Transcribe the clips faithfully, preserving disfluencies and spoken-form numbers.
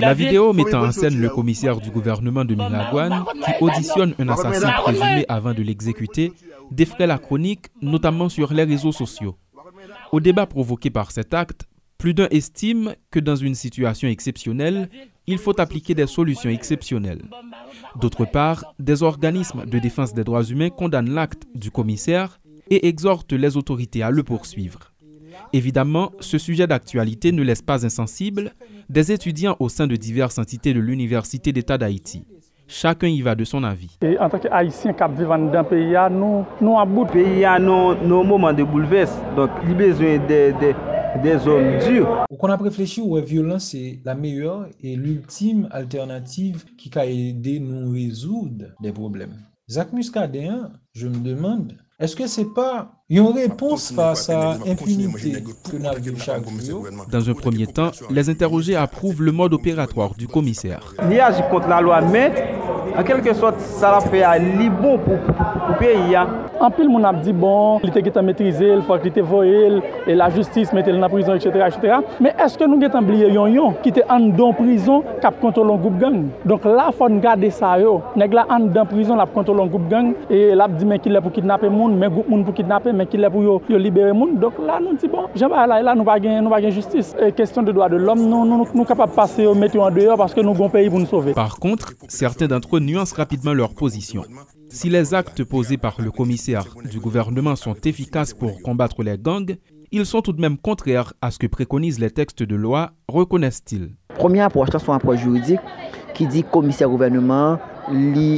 La vidéo mettant en scène le commissaire du gouvernement de Miragouane qui auditionne un assassin présumé avant de l'exécuter défraie la chronique, notamment sur les réseaux sociaux. Au débat provoqué par cet acte, plus d'un estime que dans une situation exceptionnelle, il faut appliquer des solutions exceptionnelles. D'autre part, des organismes de défense des droits humains condamnent l'acte du commissaire et exhortent les autorités à le poursuivre. Évidemment, ce sujet d'actualité ne laisse pas insensible des étudiants au sein de diverses entités de l'Université d'État d'Haïti. Chacun y va de son avis. Et en tant qu'Haïtiens qui vivent dans le pays, nous sommes à bout. Le pays a nos moments de bouleversement, donc il a besoin de, de, des hommes durs. On a réfléchi où la violence c'est la meilleure et l'ultime alternative qui a aidé nous résoudre des problèmes. Jacques Muscadet, je me demande, est-ce que c'est pas une réponse face à l'impunité que nous avons chaque jour? Dans un premier temps, les interrogés approuvent le mode opératoire du commissaire. Il agit contre la loi, mais en quelque sorte, ça l'a fait à bon pour le pays. En pile, mon a dit bon, il était maîtrisé, il faut qu'il était voyé, et la justice mettait dans la prison, et cetera, et cetera. Mais est-ce que nous avons oublié yon yon qui était en dans prison, qui a contrôlé le groupe gang? Donc là, il faut garder ça. Nèg la en dans prison, la contrôle le groupe gang, et là, dit mais qu'il est pour kidnapper moun, mais groupe moun pour kidnapper, mais qu'il est pour yo, yo libérer moun. Donc là, nous dit bon, j'en là, là, nous pas gain, nous pas gain justice. Et question de droits de l'homme, nous nous nous capables de passer, mettre en dehors parce que nous avons un pays pour nous sauver. Par contre, certains d'entre eux nuancent rapidement leur position. Si les actes posés par le commissaire du gouvernement sont efficaces pour combattre les gangs, ils sont tout de même contraires à ce que préconisent les textes de loi, reconnaissent-ils. Première approche, c'est une approche juridique qui dit que le commissaire gouvernement li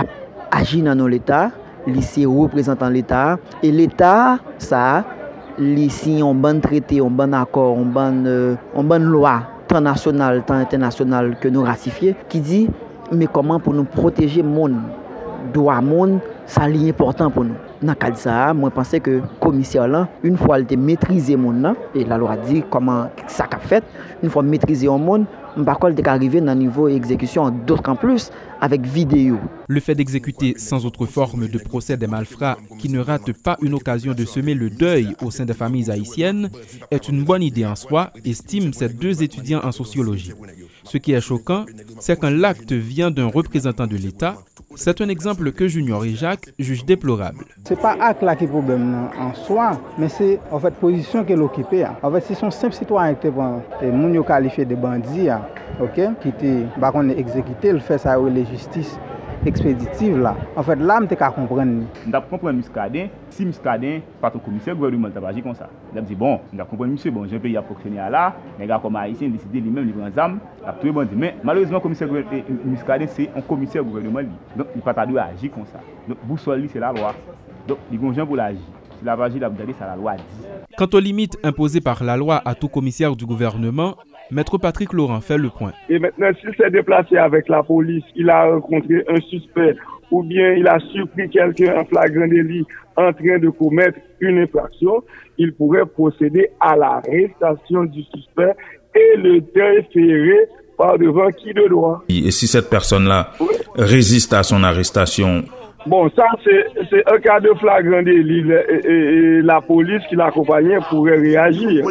agit dans l'État, li c'est représentant l'État, et l'État, ça, li signe un bon traité, un bon accord, une bonne, euh, une bonne loi, tant nationale, tant internationale que nous ratifions, qui dit mais comment pour nous protéger le monde. Droit monde, ça est important pour nous. Dans le cas de ça, moi je pense que le commissaire là, une fois il a maîtrisé le monde, et la loi dit comment ça a fait, une fois maîtrisé le monde, je ne sais pas qu'il arriver dans le niveau d'exécution, d'autres en plus, avec vidéo. Le fait d'exécuter sans autre forme de procès des malfrats qui ne ratent pas une occasion de semer le deuil au sein des familles haïtiennes est une bonne idée en soi, estiment ces deux étudiants en sociologie. Ce qui est choquant, c'est quand l'acte vient d'un représentant de l'État. C'est un exemple que Junior et Jacques jugent déplorable. Ce n'est pas l'acte là qui est problème en soi, mais c'est en fait la position qu'elle occupe. En fait, c'est son simple citoyen qui est qualifié de bandit, okay, qui était exécuté, il fait ça avec la justice expéditive là. En fait, là, je peux comprendre. Je comprends Muscadet. Si Muscadet, pas ton commissaire gouvernement, tu vas agir comme ça. Je me dis, bon, je comprends monsieur, bon, j'ai un pays à fonctionner là, les gars comme haïtiens décidé lui-même, il prend des armes, il a tout le monde. Mais malheureusement, le commissaire Muscadet, c'est un commissaire gouvernement. Donc, il ne peut pas agir comme ça. Donc, boussole, c'est la loi. Donc, il y a un gens pour l'agir. Si la agir, c'est la loi dit. Quant aux limites imposées par la loi à tout commissaire du gouvernement, Maître Patrick Laurent fait le point. Et maintenant, s'il s'est déplacé avec la police, il a rencontré un suspect ou bien il a surpris quelqu'un en flagrant délit en train de commettre une infraction, il pourrait procéder à l'arrestation du suspect et le déférer par devant qui de droit. Et si cette personne-là oui. résiste à son arrestation? Bon, ça, c'est un cas de flagrant délit. Et, et, et la police qui l'accompagnait pourrait réagir.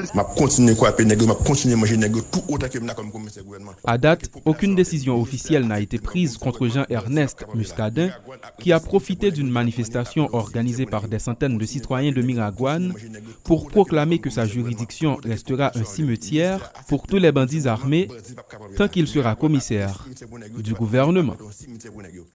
À date, aucune décision officielle n'a été prise contre Jean-Ernest Muscadet, qui a profité d'une manifestation organisée par des centaines de citoyens de Miragouane pour proclamer que sa juridiction restera un cimetière pour tous les bandits armés tant qu'il sera commissaire du gouvernement.